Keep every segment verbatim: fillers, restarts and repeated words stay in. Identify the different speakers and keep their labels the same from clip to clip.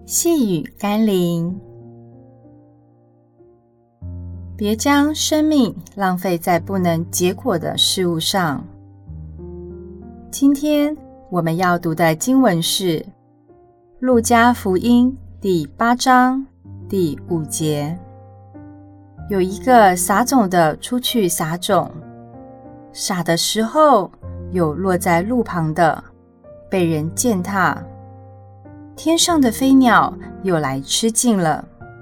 Speaker 1: 细雨甘霖。别将生命浪费在不能结果的事物上。今天我们要读的经文是路加福音第八章第五节。有一个撒种的出去撒种，撒的时候有落在路旁的，被人践踏，天上的飞鸟又来吃尽了。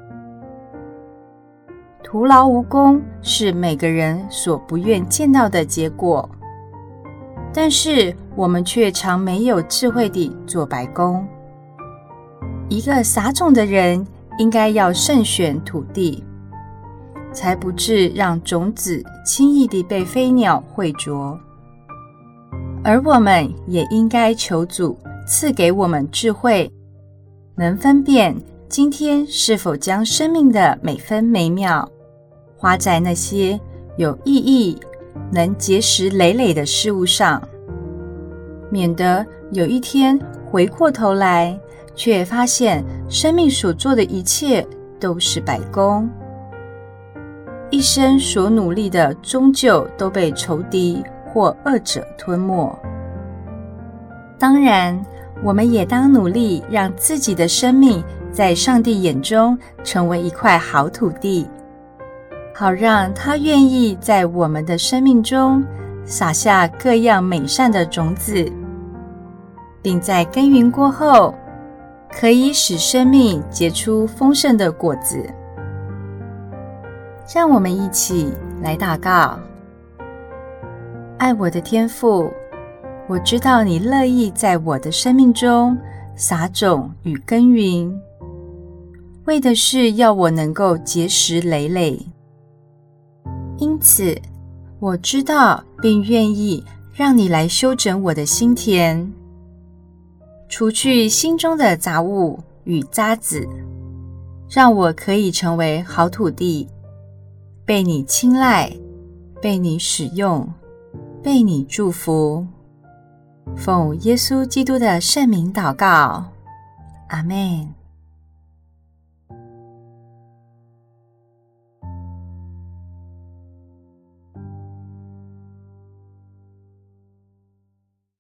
Speaker 1: 徒劳无功是每个人所不愿见到的结果，但是我们却常没有智慧地做白工。一个撒种的人应该要慎选土地，才不致让种子轻易地被飞鸟会啄。而我们也应该求主赐给我们智慧，能分辨今天是否将生命的每分每秒花在那些有意义、能结实累累的事物上，免得有一天回过头来，却发现生命所做的一切都是白工，一生所努力的终究都被仇敌或恶者吞没。当然，我们也当努力让自己的生命在上帝眼中成为一块好土地，好让他愿意在我们的生命中撒下各样美善的种子，并在耕耘过后，可以使生命结出丰盛的果子。让我们一起来祷告。爱我的天父，我知道你乐意在我的生命中撒种与耕耘，为的是要我能够结实累累。因此，我知道并愿意让你来修整我的心田，除去心中的杂物与渣滓，让我可以成为好土地，被你青睐，被你使用，被你祝福。奉耶稣基督的圣名祷告，阿们。